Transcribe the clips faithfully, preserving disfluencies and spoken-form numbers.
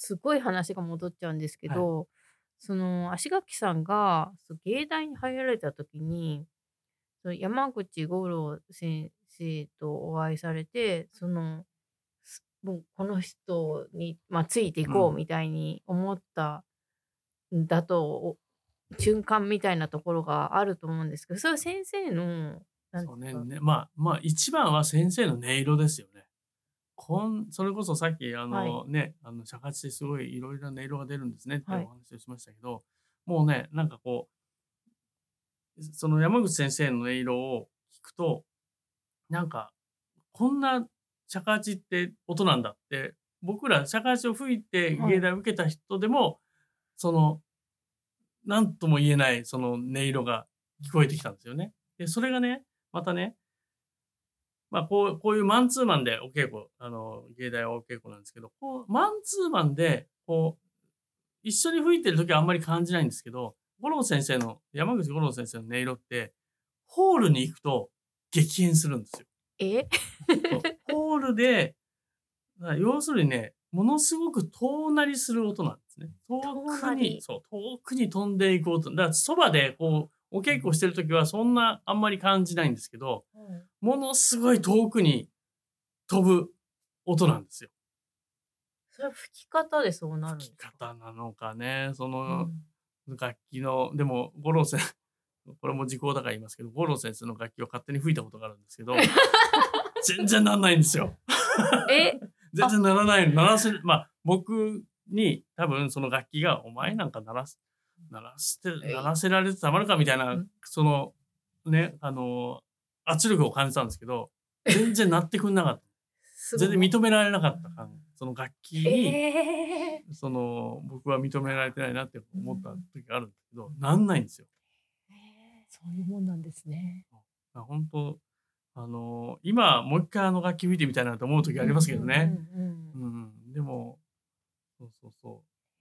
すごい話が戻っちゃうんですけはい。 ど、その足垣さんが、そ、芸大に入られた時に、その山口五郎先生とお会いされて、その、すもうこの人に、ま、ついていうん。 こうみたいに思ったんだと、お瞬間みたいなところがあると思うんですけど、それは先生の、なんそうね、 ですかね、まま、一番は先生の音色ですよね。こんそれこそさっきあはい。 のね、あの尺八ってすごい色々な音色が出るんですねってはい。 お話をしましたけど、もうね、なんかこうその山口先生の音色を聞くと、なんか、こんな尺八って音なんだって、僕ら尺八を吹いてはい。 芸大を受けた人でも、そのなんとも言えないその音色が聞こえてきたんですよね。で、それがね、またねま、こうこういうマンツーマンでお稽古あの、芸大はお稽古なんですけど、こうマンツーマンで、こう、一緒に吹いてる時はあんまり感じないんですけど、五郎先生の山口五郎先生の音色って、ホールに行くと激変するんですよ。 え？ そう、ホールで、な要するにね、ものすごく遠鳴りする音なんですね。遠遠く鳴り。 にそう、遠くに飛んでいく音。だからそばでこうお稽古してる時はそんなあんまり感じないんですけど、 はい。 ものすごい遠くに飛ぶ音なんですよ。 それは吹き方でそうなるん吹きですか？ 方なのかね、そのうん。 楽器の、でも五郎せんこれも時効だから言いますけど、五郎先生の楽器を勝手に吹いたことがあるんですけど、全然なんないんですよ。 え？ 全あ。 然鳴らない、鳴らせるま、僕に多分その楽器がお前なんか鳴らす鳴らして鳴えい。 らせられてたまるかみたいな、 うん。 その、ね、あの、圧力を感じたんですけど、全然鳴ってくんなかった。 すご、 全然も認められなかうった感ん。 その楽器に、 ええ。 その、僕は認められてないなってう思ったん。 時があるんですけど、なんないんですよ。 へえ。 そういうもんなんですね。 あ、本当、あの、今もう一回あの楽器吹いてみたいなと思う時ありますうんうんうんけどね。 うん。 うん、でも、そうそうそう。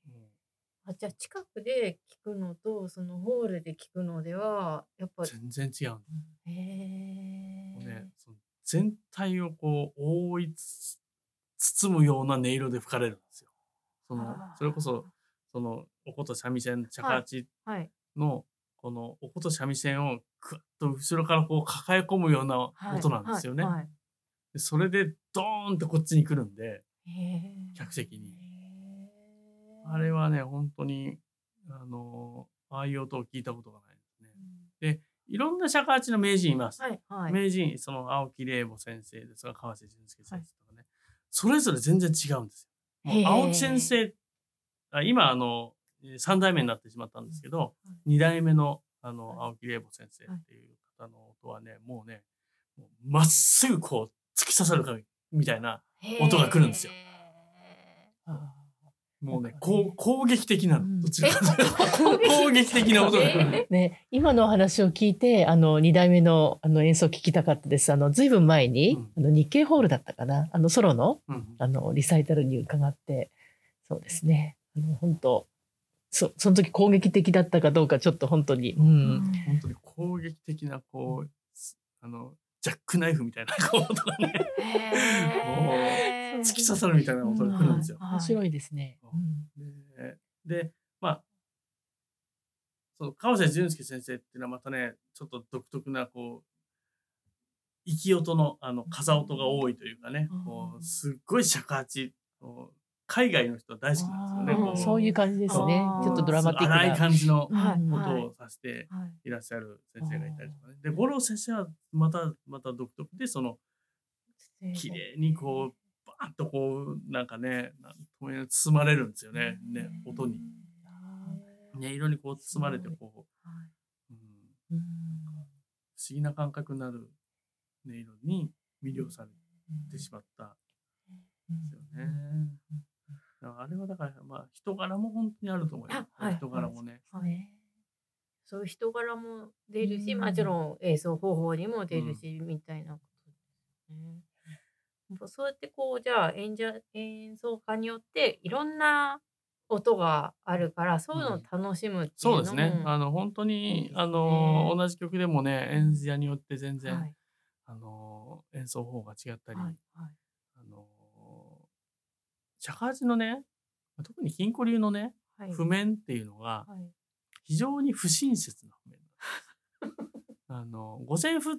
うん。 あ、じゃ、近くで聞くのと、そのホールで聞くのでは、やっぱ全然違う。 へもうね、 え。 その全体をこう覆いつつ包むような音色で吹かれるんですよ。その、それこそ、 はあ。 そのお琴三味線、尺はい、 八はい。 のこのお琴三味線をくっと後ろからこう抱え込むような音はいはいなんですよね。 はい。 で、それでドーンってこっちに来るんで、 へえ。 客席に。 へあれえ。 はね、ほんとに、あの、ああいう音を聞いたことがないですね。 うん。 で、いろんな尺八の名人います。 はいはい。 名人、その青木玲悟先生ですとか、川瀬淳介はい。 先生とかね、それぞれ全然違うんですよ。もうへ青木先え。 生あ、今あの、え、さんだいめになってしまったんうん、 ですけど、 はい。 にだいめのあの、 はい。 青木玲悟先生っはい。 ていう方の音はね、もうね、もうまっすぐこう突き刺さるかみたいなへ音が来るんですよ。 え。 そう。 ああ、なんもうね、こうかね。 攻撃的なの、どうん。 ちらえ、 かというと。 攻撃攻撃的な音が来る。 ええ。 ね、今のお話を聞いて、あの、にだいめのあの演奏を聞きたかったです。あの、ずいぶん前に、 うん。 あの、日経ホールだったかな、あの、ソロの、 うん。 あの、リサイタルに伺って、そうですね、あの、ほんと、そそん時攻撃的だったかどうかちょっとほんとに、うそう、 ん。 ほんとに攻撃的なこう、すあの、ジャックナイフみたいなこう音がね、 へもうそうえ。 突き刺さるみたいなう音が来るんでん、 すよ。 はいはい。 面白いですね。 そうん。 う。でで、まその川瀬淳介先生っていうのはまたね、ちょっと独特なこう生き音のあの、 う風音が多いというかね、 ん。 こうああ。 すっごい尺八、こう、海外の人は大好きなんですよね、 ああ、そうこいう感じでう、そう、 すね。ちょっとこう、 ああ。 ドラマす荒いティックな。 感じのうはいん。 はい。 音をさしてはい。 いらっしゃる先あ生がいたりとかね。で、 あ。 五郎先生はまたまた独特で、その綺麗にこう、バーンとこう、なんかね、なんとも言えない包まれるんですよへえ。 ね、ね、音に。 ああ。 音色にこうす包まれてごい。 こはい。 う、うん、 うーなんかん。 不思議な感覚になる音色に魅うん。 了されうん。 てしまったうんですよね。 うんうんうんうん。 だからあれはだから、ま、人柄もほんとにあると思いまあ、 すね、人はいはい。 柄もね。 はい。 すね。 そういう人柄もう出るし、もちん。 ろん演奏方法にもうん。 出るしみたいなことね。やっぱそうやってこう、じゃあ、えんじゃ演奏家によっていろんな音があるから、そういうのをうん。 楽しむっていうそうですね。 のもあの、ほんとに、 いいですあの、 ね。 同じ曲でもね、演者によって全然、 はい。 あの、演奏法が違ったり、 はいはい。 あの、尺八のね特に金庫流のね、 はい。 譜面っていうのがはい。 非常に不親切な譜面なんです。あの、五線譜って、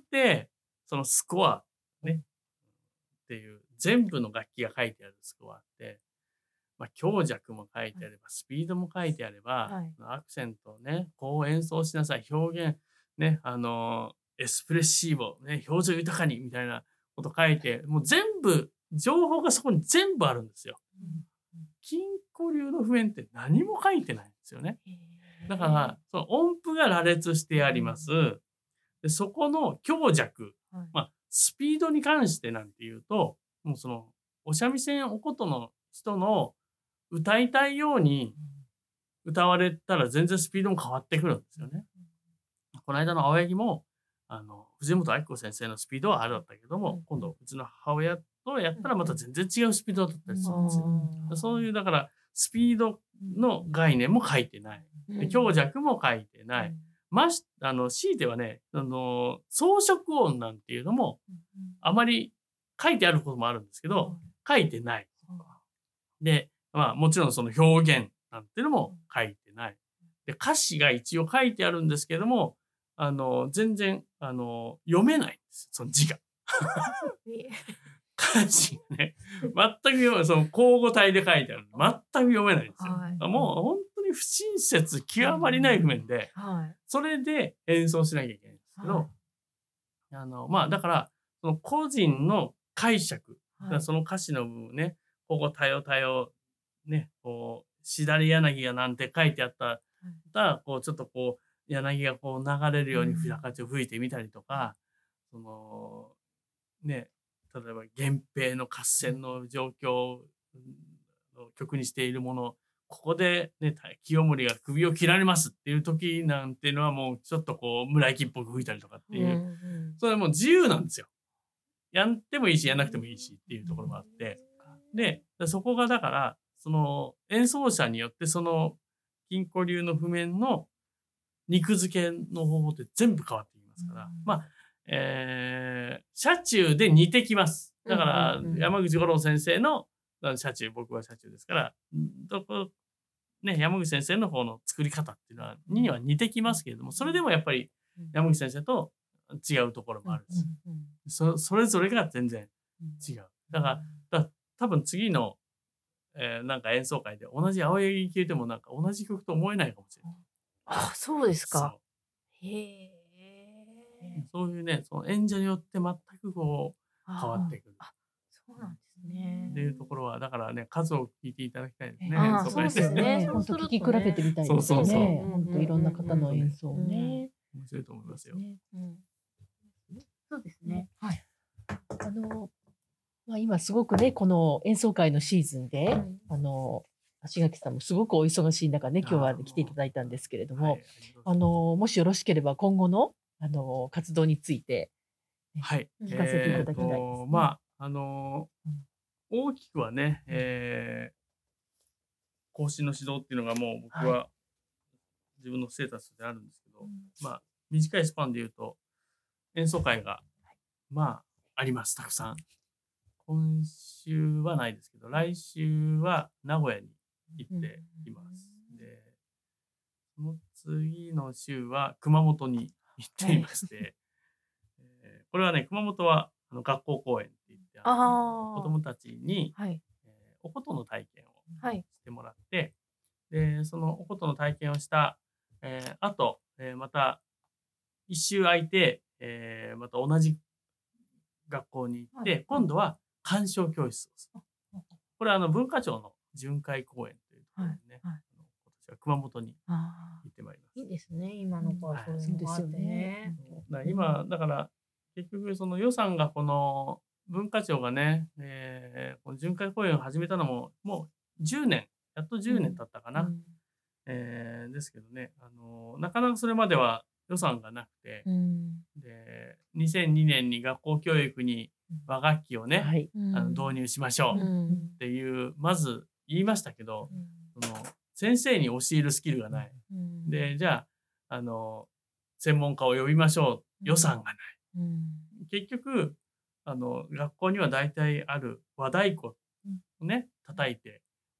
そのスコアね、っていう全部の楽器が書いてあるスコアって、まあ、強弱も書いてあれば、スピードも書いてあれば、 はい。 アクセントね、こう演奏しなさい、表現、ね、あの、エスプレッシーボ、ね、表情豊かにみたいなこと書いて、もう全部、情報がそこに全部あるんですよ。 うん金庫流の譜面って何も書いてないんですよね。 へえ。 だから、その音符が羅列してあります。でそこの強弱、 はい。 まあ、スピードに関してなんていうと、もうその、お三味線お琴の人の歌いたいように歌われたら全然スピードも変わってくるんですよね。この間の青柳も、あの、藤本明子先生のスピードはあれだったけども、今度うちの母親とやったらまた全然違うスピードだったりするんですよ。 あそういう、だから、スピードの概念も書いてない。 ーで強弱も書いてない。まし、あの、強いてはね、あの、装飾音なんていうのも、あまり書いてあることもあるんですけど、書いてない。で、まあもちろんその表現なんていうのも書いてない。で、歌詞が一応書いてあるんですけども、あの、全然、あの、読めないんです。その字が。 え歌詞がね、全く読めない。その交互体で書いてある。全く読めないんですよ。 はい。 もう本当に不親切極まりない譜面で、 はい。 それで演奏しなきゃいけないんですけど、 はいあの、まあ、だから、その個人の解釈、だからはい。 その歌詞の部分ね、ここたよたよ、ね、こう、しだれ柳がなんて書いてあったら、こう、ちょっとこう、柳がこう流れるようにうん風を吹いてみたりとか、その、ね、例えば源平の合戦の状況を曲にしているもの、ここでね、清盛が首を切られますっていう時なんていうのはもうちょっとこう村井木っぽく吹いたりとかっていう、 うんうんそれはもう自由なんですよ。やってもいいしやんなくてもいいしっていうところもあって、で、そこがだからその演奏者によってその金庫流の譜面の肉付けの方法って全部変わってきますから、まあ、えー、車中で似てきます。だからうんうんうん山口五郎先生の車中、僕は車中ですから、どこね、山口先生の方の作り方っていうのはには似てきますけれども、それでもやっぱり山口先生と違うところもあるし、 うんそそれぞれが全然違う。だから、だ多分次の、えーなんか演奏会で同じ青柳聴いてもなんか同じ曲と思えないかもしれない。 あ、そうですそか。 うへえ。 そういうね、その演者によって全くこう変わってくる。 あ、そうなんですね。 っていうところは、だからね、数を聞いていただきたいですね。 ああこそうですね本当聞き比べてみたいですそうそうそうね。本当いろんな方の演奏をね。 面白いと思いますよ。 ねうんそうですね。 はい。あの、まあ、今すごくね、この演奏会のシーズンで、 うんあの、足垣さんもすごくお忙しい中ね、今日は来ていただいたんですけれども、 はいあの、もしよろしければ今後の、あの、活動について、 はい。 聞かせていただきたいですねえーとまあ、あのーうん大きくはね、えー、後進の指導っていうのがもう僕は自分のステータスであるんですけど、まあ、短いスパンで言うと、演奏会が、まあ、あります、たくさん。今週はないですけど、来週は名古屋に行っています。で、その次の週は熊本に行っていまして、えーこれはね、熊本はあの学校公演って言って、あのああ。 子供たちに、 はい。 えーお琴の体験をはい。 してもらって、で、そのお琴の体験をした、えー、あと、えーまた一周空いて、えーまた同じ学校に行って、 はい今度は鑑賞教室をする。これはあの文化庁の巡回公演というところでね、 はいはいあの今年は熊本にあ行ってまいります。 あ。いいですね。今の子はそういうのがあってね。 だから今、だから、結局、その予算がこの文化庁がね、えーこの巡回公演を始めたのも、もうじゅうねん、やっとじゅうねん経ったかな。 うんえーですけどね、あの、なかなかそれまでは予算がなくて、 うん。 で、にせんにねんに学校教育に和楽器をね、 はい。 あの導入しましょううんっていう、まず言いましたけど、 うんその先生に教えるスキルがない。 うんで、じゃあ、あの、専門家を呼びましょう。予算がない。 うん結局、あの、学校には大体ある和太鼓をね、叩いて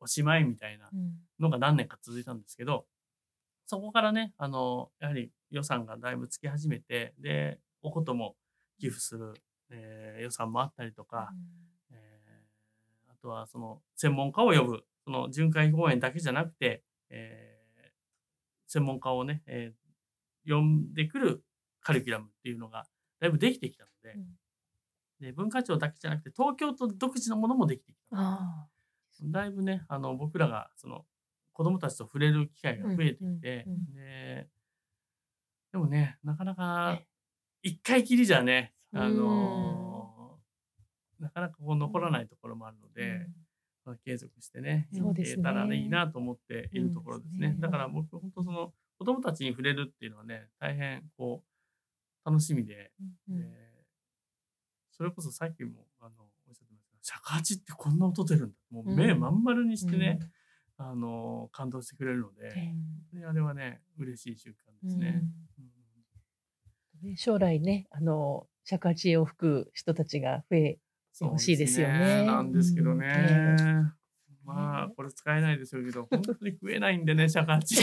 おしまいみたいなうんのが何年か続いたんですけど、そこからね、あの、やはり予算がだいぶつき始めて、で、おことも寄付する、えー予算もあったりとか、えーあとはその専門家を呼ぶ、その巡回公演だけじゃなくて、えー専門家をね、えー呼んでくるカリキュラムっていうのがだいぶできてきたので、 うんで文化庁だけじゃなくて東京都独自のものもできてきた。 あだいぶね、あの僕らがその子供たちと触れる機会が増えてきて、 うんうんうんででもね、なかなか一回きりじゃね、あのなかなかこう残らないところもあるので、まあ、継続してね、いそうですねけたらねいいなと思っているところですね。 うんだから僕本当その子供たちに触れるっていうのはね、大変こう楽しみで、 うんでそれこそさっきもあのおっしゃってましたが、尺八ってこんな音出るんだ。もう目まん丸にしてね、あの感動してくれるので、本当にあれはね嬉しい瞬間ですね。うんね将来ね、あの尺八を吹く人たちが増えそう欲しいですよねなんですけどね。 うんまあこれ使えないでしょうけど、本当に食えないんでね、尺八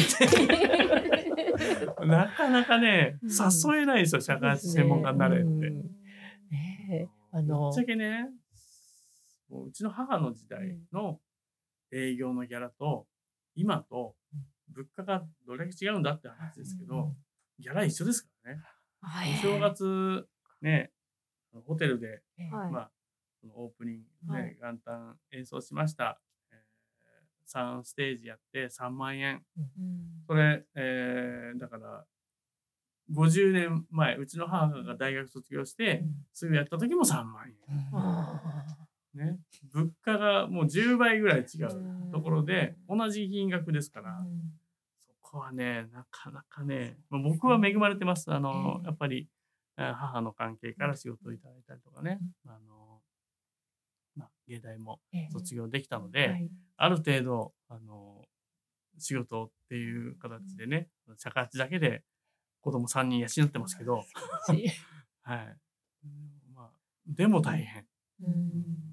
って。なかなかね、 うん誘えないですよ、尺八専門家になれって。 うんねあぶのっちゃけね、もううちの母の時代の営業のギャラと、今と物価がどれだけ違うんだって話ですけど、ギャラ一緒ですからね。お正月、ね、ホテルで、 はいまあ、そのオープニングはいで元旦演奏しました。えー、さんステージやってさんまんえん。 うんそれ、えーだから、ごじゅうねんまえ、うちの母が大学卒業して、すぐやった時もさんまんえあん。ね。物価がもうじゅうばいぐらい違うところで、同じ金額ですから、そこはね、なかなかね、まあ僕は恵まれてます。あの、やっぱり、えー母の関係から仕事をいただいたりとかね、あの、まあ、芸大も卒業できたので、 はいある程度、あの、仕事っていう形でね、尺八だけで子供さんにん養ってますけど、はい。うんまあ、でも大変。 ーもう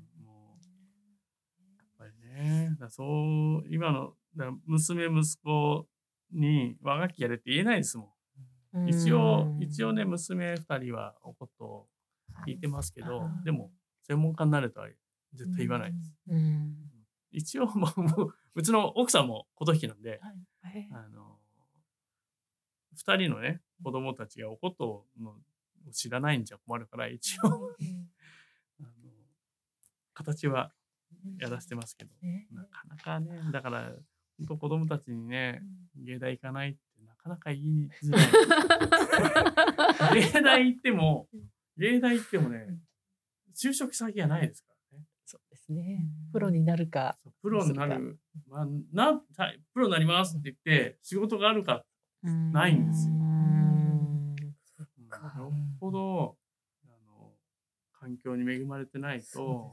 やっぱりね、だからそう、今のだから娘、息子に和楽器やれって言えないですもん。 うん一応、一応ね、娘ふたりはおことを聞いてますけど、でも、専門家になれとは絶対言わないです。 うん一応、もう、もううちの奥さんも琴弾きなんで、 はいあの、二人のね、子供たちがおことのを知らないんじゃ困るから、一応、あの、形はやらせてますけど、なかなかね、だから、本当子供たちにね、芸大行かないってなかなか言いづらい。芸大行っても、芸大行ってもね、就職先がないですからね。 そうですね。プロになるか。 そうプロになる、まあ、な、はいプロになりますって言って、仕事があるか、ないんですようんうんよっぽど、あの、環境に恵まれてないと、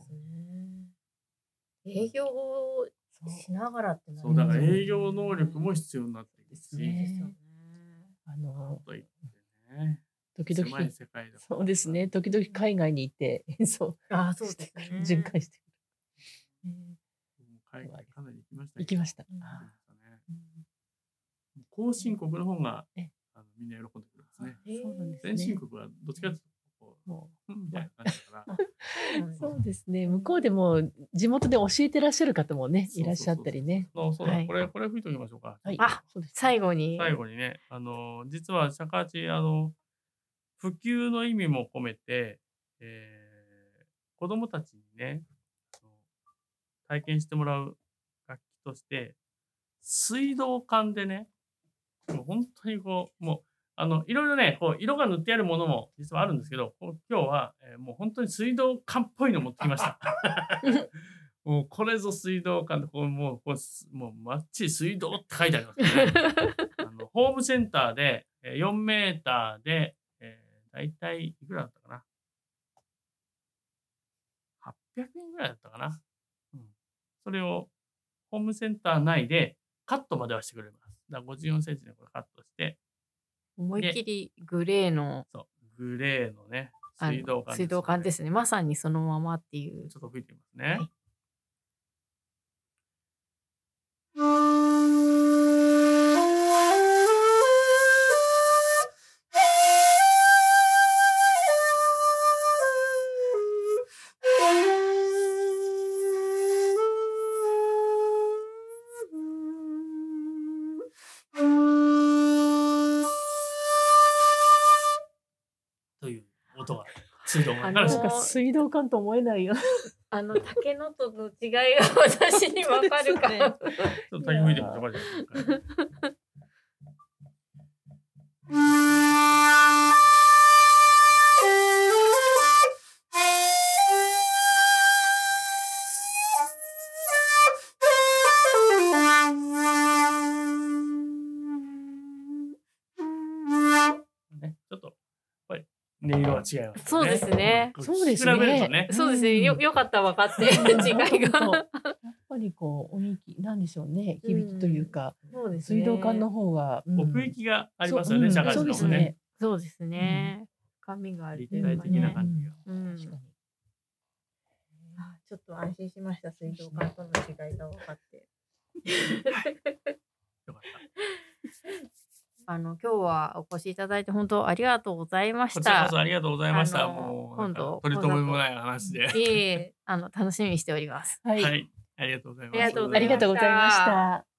営業をしながらってなるそう、だから営業能力も必要になってくるし、 ねあのといってね、 時々 狭い世界だからそうですね。時々海外に行って演奏ああそうしてですね巡回してくる。 海外かなり行きました行きました。 行きましたね。後進国の方がえあのみんな喜んでくれますね。 そうなんです先進ね。 国はどっちかというとこう、 もうんみたいな感じだから。 うそうですね。向こうでも地元で教えてらっしゃる方もね、 そうそうそういらっしゃったりね。 そうそうだ、 はいこれ、これ吹いておきましょうか。 はいあそうです。 最後に最後にね、あの、実は尺八、あの、普及の意味も込めて、えー、子供たちにね、あの体験してもらう楽器として、水道管でね、もう本当にこう、もう、あの、いろいろね、こう、色が塗ってあるものも実はあるんですけど、こう今日は、えーもう本当に水道管っぽいの持ってきました。もうこれぞ水道管で、こうもう、こうすもう、まっちり水道って書いてありますね。あのホームセンターで、えーよんメーターで、えー、だいたいいくらだったかな。はっぴゃくえんぐらいだったかな。うん。それを、ホームセンター内でカットまではしてくれます。だからごじゅうよんセンチでこれカットして、 思いっきりグレーのそう、グレーのね、 あの水道管水道管でですね。まさにそのままっていうすね。ちょっと吹いてみますね。 はい水道管からあのーなんか水道管と思えないよ。 あの竹のとの違いが私にわかるかそうら。 ちょっと台風でもちょこちょこね、ちょっとやっぱり音色は違いますね。 そうですね。 そうですね比べるとね。 そうですね。よよかった分かって違いが。 やっぱりこう音域なんでしょうね、響きというか、 そうですね。 水道管の方は、うん奥行きがありますよね、 そう社会そう人のね。 ですね。 そうですね。深みがある立というか体的なね。 感じが。 うん確かに。 あちょっと安心しました。水道管との違いが分かって。 よかった。 あの今日はお越しいただいて本当ありがとうございましこちらこた。 そありがとうございました。 あのもうなんか今度取り留めもない話で。 いえいえ、あの楽しみにしております。 はい、 はい、ありがとうございます。 ありがとうございましたありがとうございました。